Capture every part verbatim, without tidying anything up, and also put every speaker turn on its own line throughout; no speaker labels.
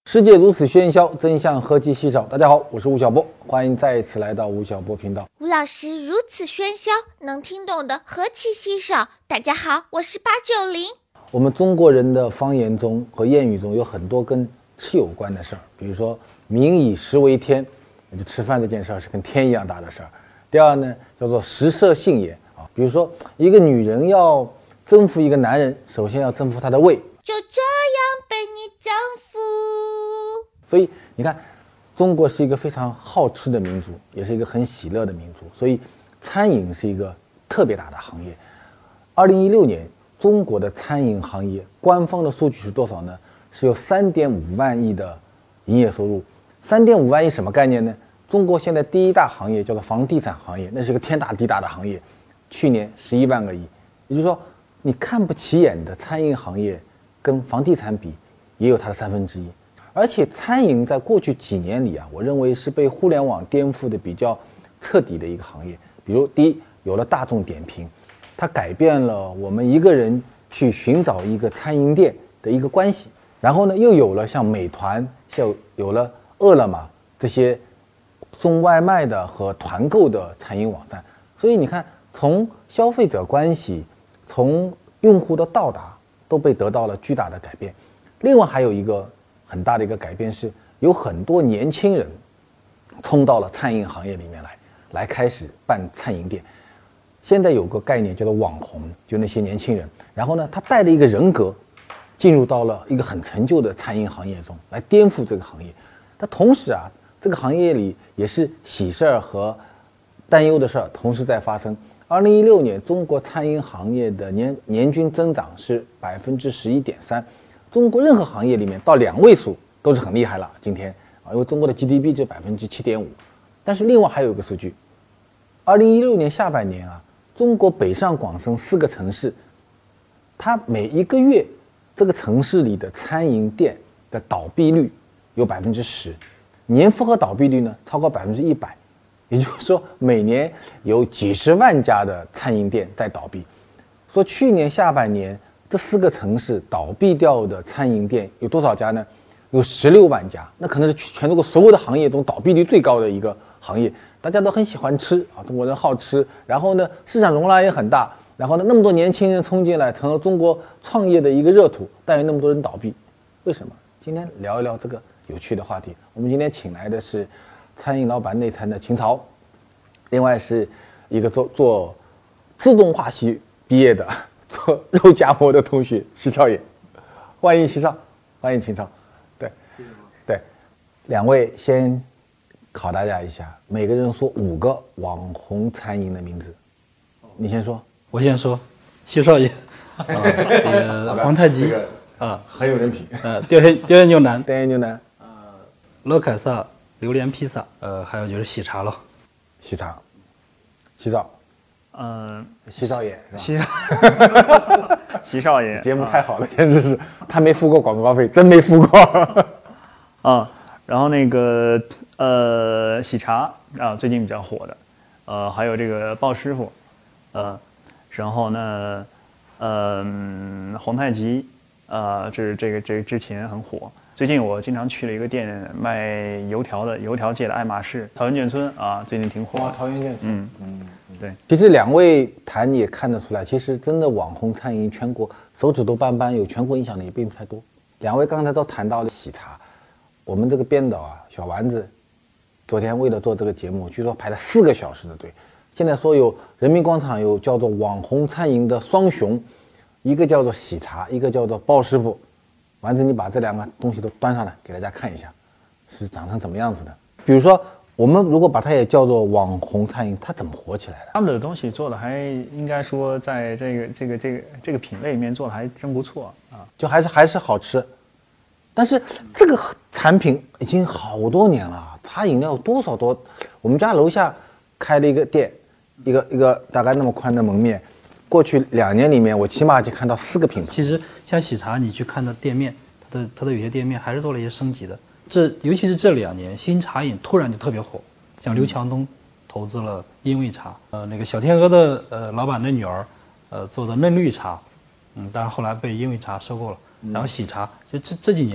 世界如此喧嚣，真相何其稀少。大家好，我是吴晓波，欢迎再一次来到吴晓波频道。
吴老师如此喧嚣，能听懂的何其稀少。大家好，我是八九零。
我们中国人的方言中和谚语中有很多跟吃有关的事儿，比如说民以食为天，就吃饭这件事儿是跟天一样大的事儿。第二呢，叫做食色性也啊，比如说一个女人要征服一个男人，首先要征服他的胃，
就这样被你征服。
所以你看，中国是一个非常好吃的民族，也是一个很喜乐的民族，所以餐饮是一个特别大的行业。二零一六年，中国的餐饮行业官方的数据是多少呢？是有三点五万亿的营业收入。三点五万亿什么概念呢？中国现在第一大行业叫做房地产行业，那是个天大地大的行业，去年十一万个亿。也就是说，你看不起眼的餐饮行业跟房地产比，也有它的三分之一。而且餐饮在过去几年里啊，我认为是被互联网颠覆的比较彻底的一个行业。比如，第一，有了大众点评，它改变了我们一个人去寻找一个餐饮店的一个关系。然后呢，又有了像美团、像有了饿了么这些送外卖的和团购的餐饮网站。所以你看，从消费者关系，从用户的到达，都被得到了巨大的改变。另外还有一个很大的一个改变是，有很多年轻人冲到了餐饮行业里面来，来开始办餐饮店。现在有个概念叫做网红，就那些年轻人，然后呢，他带着一个人格，进入到了一个很陈旧的餐饮行业中，来颠覆这个行业。但同时啊，这个行业里也是喜事儿和担忧的事儿同时在发生。二零一六年，中国餐饮行业的年年均增长是百分之十一点三。中国任何行业里面到两位数都是很厉害了。今天啊，因为中国的 G D P 只百分之七点五。但是另外还有一个数据，二零一六年下半年啊，中国北上广深四个城市，它每一个月这个城市里的餐饮店的倒闭率有百分之十，年复合倒闭率呢超过百分之一百。也就是说，每年有几十万家的餐饮店在倒闭。说去年下半年这四个城市倒闭掉的餐饮店有多少家呢？有十六万家，那可能是全中国所有的行业中倒闭率最高的一个行业。大家都很喜欢吃啊，中国人好吃，然后呢，市场容量也很大，然后呢，那么多年轻人冲进来，成了中国创业的一个热土，但有那么多人倒闭，为什么？今天聊一聊这个有趣的话题。我们今天请来的是餐饮老板内参的秦朝，另外是一个做做自动化系毕业的。做肉夹馍的同学徐少爷，欢迎徐少，欢迎秦超。对，对，两位先考大家一下，每个人说五个网红餐饮的名字。你先说，
我先说，徐少爷，啊，呃，皇太极，啊，
很有人品。
呃，吊仙吊仙牛腩，
吊仙牛腩，
呃，乐凯撒榴莲披萨，呃，还有就是喜茶了。
喜茶，徐少。
嗯，
徐少爷，
徐少徐少爷，
节目太好了，简直是他没付过广告费，真没付过
啊。然后那个呃，喜茶啊，最近比较火的，呃，还有这个鲍师傅，呃，然后呢，嗯、呃，皇太极，呃，这是这个这个之前很火。最近我经常去了一个店卖油条的，油条界的爱马仕桃源眷村啊，最近挺火的。
桃源眷村，
嗯嗯，对。
其实两位谈你也看得出来，其实真的网红餐饮全国手指头斑斑，有全国影响的也并不太多。两位刚才都谈到了喜茶，我们这个编导啊，小丸子，昨天为了做这个节目，据说排了四个小时的队。现在说有人民广场有叫做网红餐饮的双雄，一个叫做喜茶，一个叫做鲍师傅。丸子，你把这两个东西都端上来给大家看一下，是长成怎么样子的？比如说，我们如果把它也叫做网红餐饮，它怎么火起来的？
他们的东西做的还应该说，在这个这个这个这个品类里面做的还真不错啊，
就还是还是好吃。但是这个产品已经好多年了，茶饮料多少多，我们家楼下开了一个店，一个一个大概那么宽的门面。过去两年里面，我起码就看到四个品牌。
其实像喜茶，你去看它店面，它的它的有些店面还是做了一些升级的。这尤其是这两年，新茶饮突然就特别火，像刘强东投资了因为茶，呃，那个小天鹅的呃老板的女儿，呃做的嫩绿茶，嗯，当然后来被因为茶收购了。然后喜茶就这这几年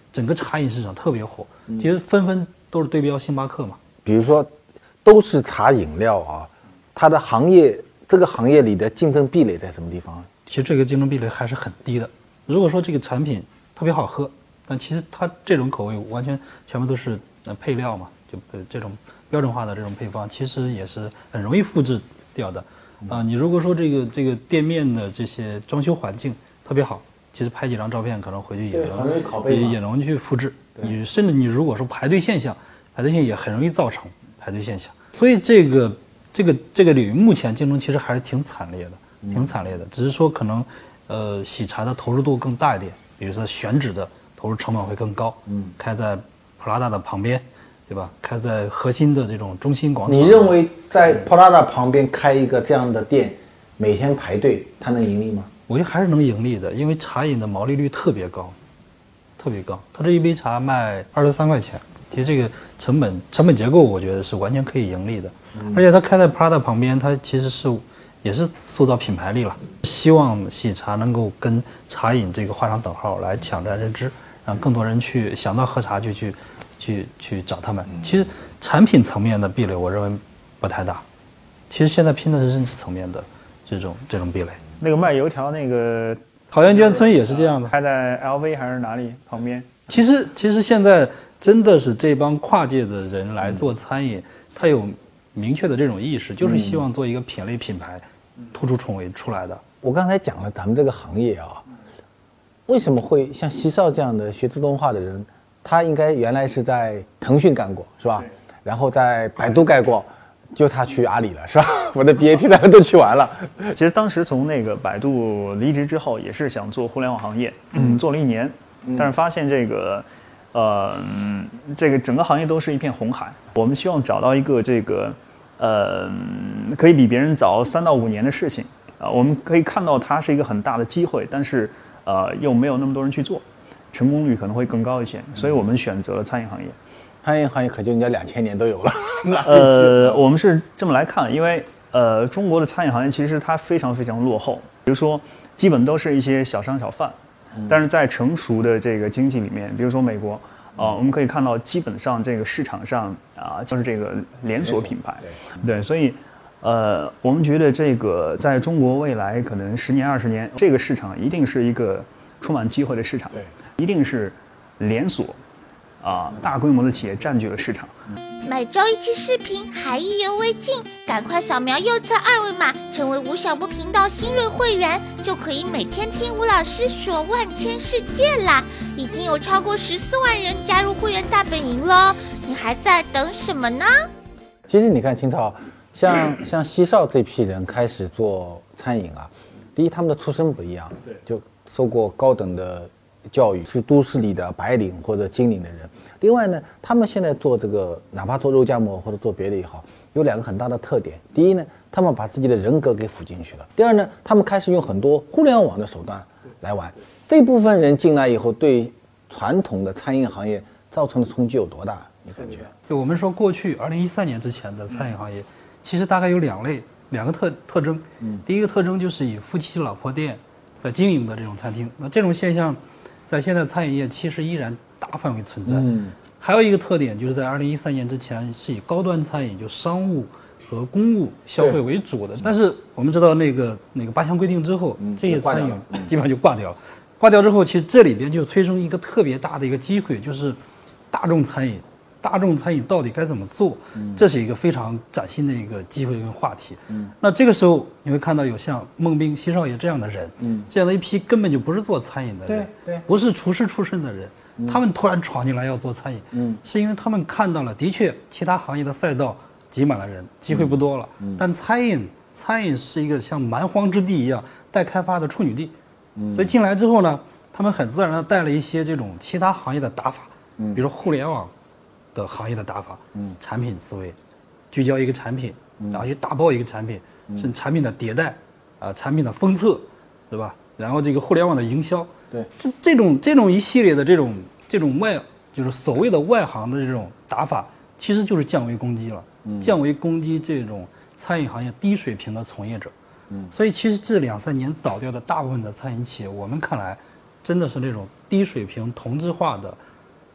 整个茶饮市场特别火，其实纷纷都是对标星巴克嘛。
比如说，都是茶饮料啊，它的行业这个行业里的竞争壁垒在什么地方？
其实这个竞争壁垒还是很低的。如果说这个产品特别好喝，但其实它这种口味完全全部都是呃配料嘛，就呃这种标准化的这种配方，其实也是很容易复制掉的。啊、呃，你如果说这个这个店面的这些装修环境特别好，其实拍几张照片可能回去也能也也能去复制。你甚至你如果说排队现象，排队现象也很容易造成排队现象。所以这个这个这个领域目前竞争其实还是挺惨烈的，挺惨烈的。只是说可能，呃，喜茶的投入度更大一点，比如说选址的投入成本会更高。嗯，开在普拉达的旁边，对吧？开在核心的这种中心广场。
你认为在普拉达旁边开一个这样的店，每天排队，它能盈利吗？
我觉得还是能盈利的，因为茶饮的毛利率特别高，特别高。它这一杯茶卖二十三块钱。其实这个成本成本结构，我觉得是完全可以盈利的，嗯、而且它开在 Prada 旁边，它其实是也是塑造品牌力了。希望喜茶能够跟茶饮这个画上等号，来抢占认知，让更多人去想到喝茶就去去去找他们。嗯、其实产品层面的壁垒，我认为不太大。其实现在拼的是认知层面的这种这种壁垒。
那个卖油条那个
桃源眷村也是这样的，
开在 L V 还是哪里旁边？
其实其实现在。真的是这帮跨界的人来做餐饮，他有明确的这种意识，就是希望做一个品类品牌，突出重围出来的。
我刚才讲了咱们这个行业啊，为什么会像西少这样的学自动化的人，他应该原来是在腾讯干过，是吧？然后在百度干过，就他去阿里了，是吧？我的 B A T 他们都去完了。
其实当时从那个百度离职之后，也是想做互联网行业，嗯，做了一年，但是发现这个。呃，这个整个行业都是一片红海。我们希望找到一个这个，呃，可以比别人早三到五年的事情啊、呃。我们可以看到它是一个很大的机会，但是呃又没有那么多人去做，成功率可能会更高一些。所以我们选择了餐饮行业。
餐饮行业可就人家两千年都有了。
呃，我们是这么来看，因为呃中国的餐饮行业其实它非常非常落后。比如说，基本都是一些小商小贩。但是在成熟的这个经济里面，比如说美国，啊、呃，我们可以看到，基本上这个市场上啊，就是这个连锁品牌，对，所以，呃，我们觉得这个在中国未来可能十年、二十年，这个市场一定是一个充满机会的市场，对，一定是连锁，啊，大规模的企业占据了市场。
每周一期视频还意犹未尽，赶快扫描右侧二维码，成为吴晓波频道新锐会员，就可以每天听吴老师说万千世界啦！已经有超过十四万人加入会员大本营喽，你还在等什么呢？
其实你看清朝，像像西少这批人开始做餐饮啊，第一他们的出身不一样，就受过高等的教育，是都市里的白领或者金领的人。另外呢，他们现在做这个，哪怕做肉夹馍或者做别的也好，有两个很大的特点。第一呢，他们把自己的人格给辅进去了；第二呢，他们开始用很多互联网的手段来玩。这部分人进来以后，对传统的餐饮行业造成的冲击有多大？你感觉？
就我们说，过去二零一三年之前的餐饮行业，其实大概有两类两个特特征。嗯，第一个特征就是以夫妻老婆店在经营的这种餐厅，那这种现象，在现在餐饮业其实依然大范围存在。嗯，还有一个特点就是在二零一三年之前是以高端餐饮，就商务和公务消费为主的。但是我们知道那个那个八项规定之后，嗯、这些餐饮基本上就挂掉了。挂掉之后，其实这里边就催生一个特别大的一个机会，就是大众餐饮。大众餐饮到底该怎么做？嗯、这是一个非常崭新的一个机会跟话题。嗯、那这个时候你会看到有像孟斌、西少爷这样的人，嗯、这样的一批根本就不是做餐饮的人，对对，不是厨师出身的人，嗯、他们突然闯进来要做餐饮，嗯、是因为他们看到了，的确其他行业的赛道挤满了人，机会不多了，嗯、但餐饮餐饮是一个像蛮荒之地一样待开发的处女地，嗯、所以进来之后呢，他们很自然的带了一些这种其他行业的打法，嗯、比如说互联网的行业的打法，嗯，产品思维，聚焦一个产品，嗯、然后去打包一个产品，嗯、是产品的迭代，啊、呃，产品的封测，对吧？然后这个互联网的营销，
对，
这这种这种一系列的这种这种外，就是所谓的外行的这种打法，其实就是降维攻击了，嗯、降维攻击这种餐饮行业低水平的从业者，嗯，所以其实这两三年倒掉的大部分的餐饮企业，我们看来，真的是那种低水平同质化的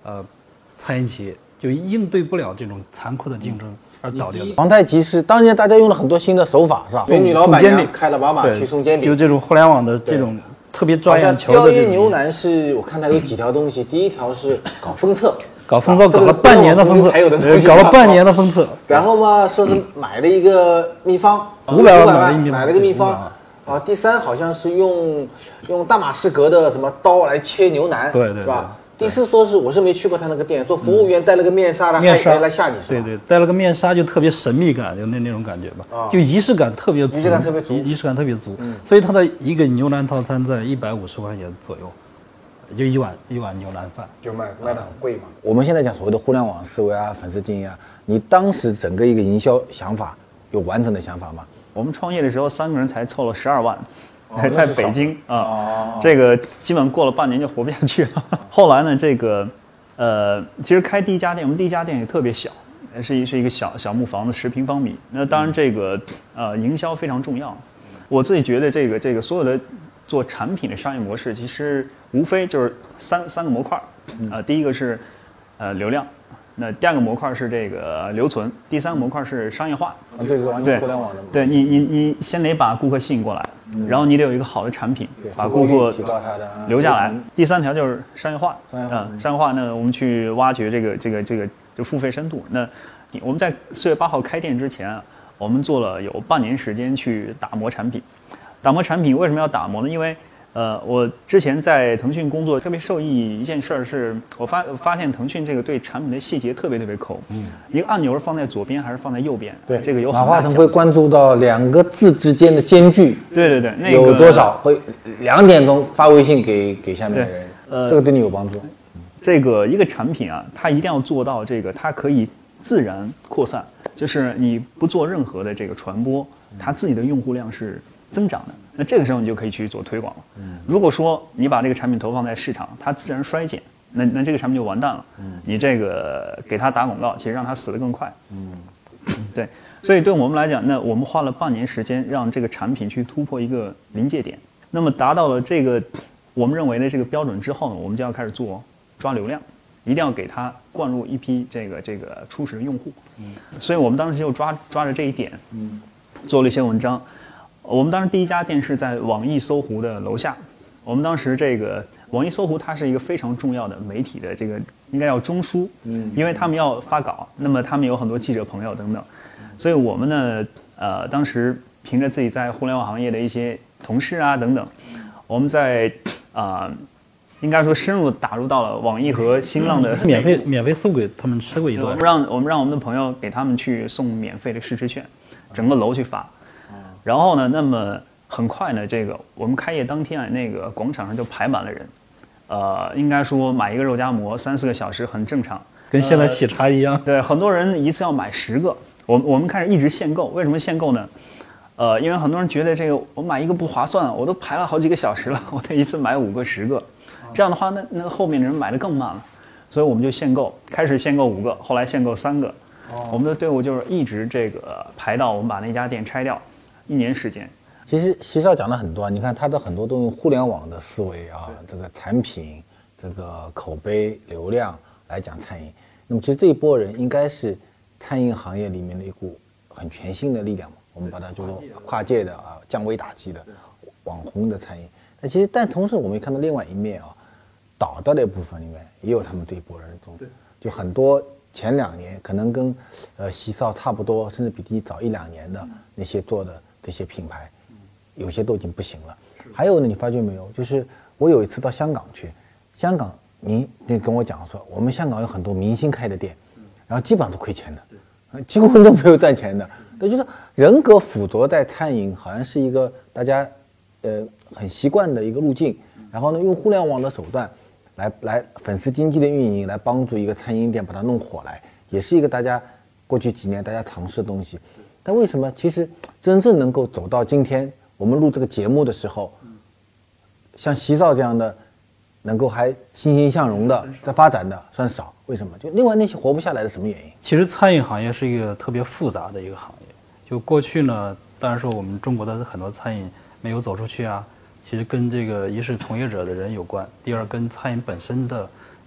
呃餐饮企业就应对不了这种残酷的竞争而倒掉的。
皇太极是当年大家用了很多新的手法，是吧？美女老板娘开了宝马去送煎饼，
就这种互联网的这种特别抓眼球的。
雕爷牛腩是我看它有几条东西，第一条是搞封测。
搞封测搞了半年的封测，搞了半年的封测，
然后嘛，说是买了一个秘方，
五百万
买买了个秘方，啊，第三好像是用用大马士革的什么刀来切牛腩，
对对，
是吧？第四说是我是没去过他那个店，说服务员戴了个面纱，
面纱
来吓你，
对对，戴了个面纱就特别神秘感，就那那种感觉吧，就仪式感特别足，
仪式感特别足，
仪式感特别足，所以它的一个牛腩套餐在一百五十块钱左右。就一碗一碗牛腩饭，
就卖卖的很贵嘛。我们现在讲所谓的互联网思维啊，粉丝经营啊，你当时整个一个营销想法有完整的想法吗？
我们创业的时候，三个人才凑了十二万，哦、在北京啊，哦、这个基本过了半年就活不下去了。后来呢，这个呃，其实开第一家店，我们第一家店也特别小，是一是一个小小木房子，十平方米。那当然，这个呃营销非常重要。我自己觉得，这个这个所有的做产品的商业模式，其实无非就是三三个模块，呃，第一个是呃流量，那第二个模块是这个留存，第三个模块是商业化。
啊，这个完全互联网的。
对你你你先得把顾客吸引过来，嗯、然后你得有一个好的产品，把顾客留下来。第三条就是商业化，
商业化，
嗯，商业化呢，我们去挖掘这个这个这个就付费深度。那我们在四月八号开店之前啊，我们做了有半年时间去打磨产品。打磨产品为什么要打磨呢？因为，呃，我之前在腾讯工作，特别受益一件事儿是，我发发现腾讯这个对产品的细节特别特别抠。嗯，一个按钮是放在左边还是放在右边？
对，
这个有很
马化腾会关注到两个字之间的间距。
对对对，那个、
有多少会两点钟发微信给给下面的人，呃，这个对你有帮助。
这个一个产品啊，它一定要做到这个，它可以自然扩散，就是你不做任何的这个传播，它自己的用户量是增长的，那这个时候你就可以去做推广了。嗯，如果说你把这个产品投放在市场，它自然衰减，那那这个产品就完蛋了。嗯，你这个给它打广告，其实让它死得更快。嗯，对，所以对我们来讲，那我们花了半年时间，让这个产品去突破一个临界点。那么达到了这个我们认为的这个标准之后呢，我们就要开始做抓流量，一定要给它灌入一批这个这个初始的用户。嗯，所以我们当时就抓抓着这一点，嗯，做了一些文章。我们当时第一家店是在网易搜狐的楼下。我们当时这个网易搜狐它是一个非常重要的媒体的这个应该叫中枢，嗯，因为他们要发稿，那么他们有很多记者朋友等等，所以我们呢，呃，当时凭着自己在互联网行业的一些同事啊等等，我们在啊、呃，应该说深入打入到了网易和新浪的
免费免费送给他们吃过一段，
我们让我们让我们的朋友给他们去送免费的试吃券，整个楼去发。然后呢，那么很快呢，这个我们开业当天啊，那个广场上就排满了人，呃，应该说买一个肉夹馍三四个小时很正常，
跟现在喜茶一样。
呃、对，很多人一次要买十个，我我们开始一直限购，为什么限购呢？呃，因为很多人觉得这个我买一个不划算，我都排了好几个小时了，我得一次买五个十个，这样的话，那那后面的人买的更慢了，所以我们就限购，开始限购五个，后来限购三个，哦、我们的队伍就是一直这个排到我们把那家店拆掉。一年时间，
其实席少讲了很多，你看他的很多都用互联网的思维啊，这个产品、这个口碑、流量来讲餐饮。那么其实这一波人应该是餐饮行业里面的一股很全新的力量嘛，我们把它叫做跨界的啊，降维打击的网红的餐饮。那其实但同时我们也看到另外一面啊，倒掉的一部分里面也有他们这一波人中，就很多。前两年可能跟呃席少差不多，甚至比你早一两年的那些做的这些品牌，有些都已经不行了。还有呢，你发觉没有？就是我有一次到香港去，香港您你跟我讲说，我们香港有很多明星开的店，然后基本上都亏钱的，几乎都没有赚钱的。也就是人格附着在餐饮，好像是一个大家呃很习惯的一个路径。然后呢，用互联网的手段。来来，粉丝经济的运营来帮助一个餐饮店把它弄火来，也是一个大家过去几年大家尝试的东西。但为什么其实真正能够走到今天，我们录这个节目的时候，像席少这样的，能够还欣欣向荣的在发展的算少？为什么？就另外那些活不下来的什么原因？
其实餐饮行业是一个特别复杂的一个行业。就过去呢，当然说我们中国的很多餐饮没有走出去啊。其实跟这个一是从业者的人有关，第二跟餐饮本身的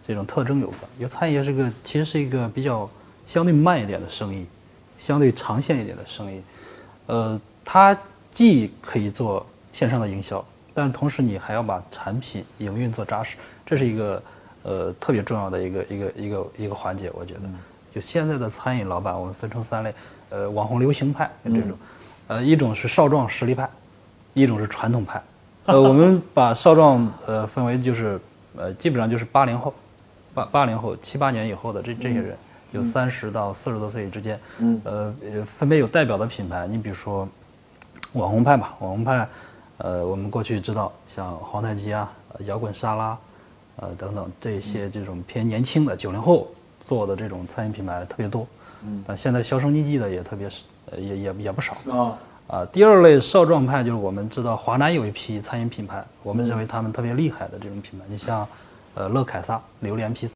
这种特征有关。因为餐饮业是个其实是一个比较相对慢一点的生意，相对长线一点的生意。呃，它既可以做线上的营销，但同时你还要把产品营运做扎实，这是一个呃特别重要的一个一个一个一个环节。我觉得，就现在的餐饮老板，我们分成三类，呃，网红流行派这种，呃，一种是少壮实力派，一种是传统派。呃，我们把少壮呃分为就是呃基本上就是八零后，八八零后七八年以后的这这些人，有三十到四十多岁之间，嗯，呃分别有代表的品牌，你比如说网红派吧，网红派。呃，我们过去知道，像皇太极啊、摇滚沙拉，呃等等这些这种偏年轻的九零后做的这种餐饮品牌特别多，嗯，但现在销声匿迹的也特别是，呃也也也不少啊。啊，第二类少壮派就是我们知道华南有一批餐饮品牌，我们认为他们特别厉害的这种品牌，你像，呃乐凯撒榴莲披萨。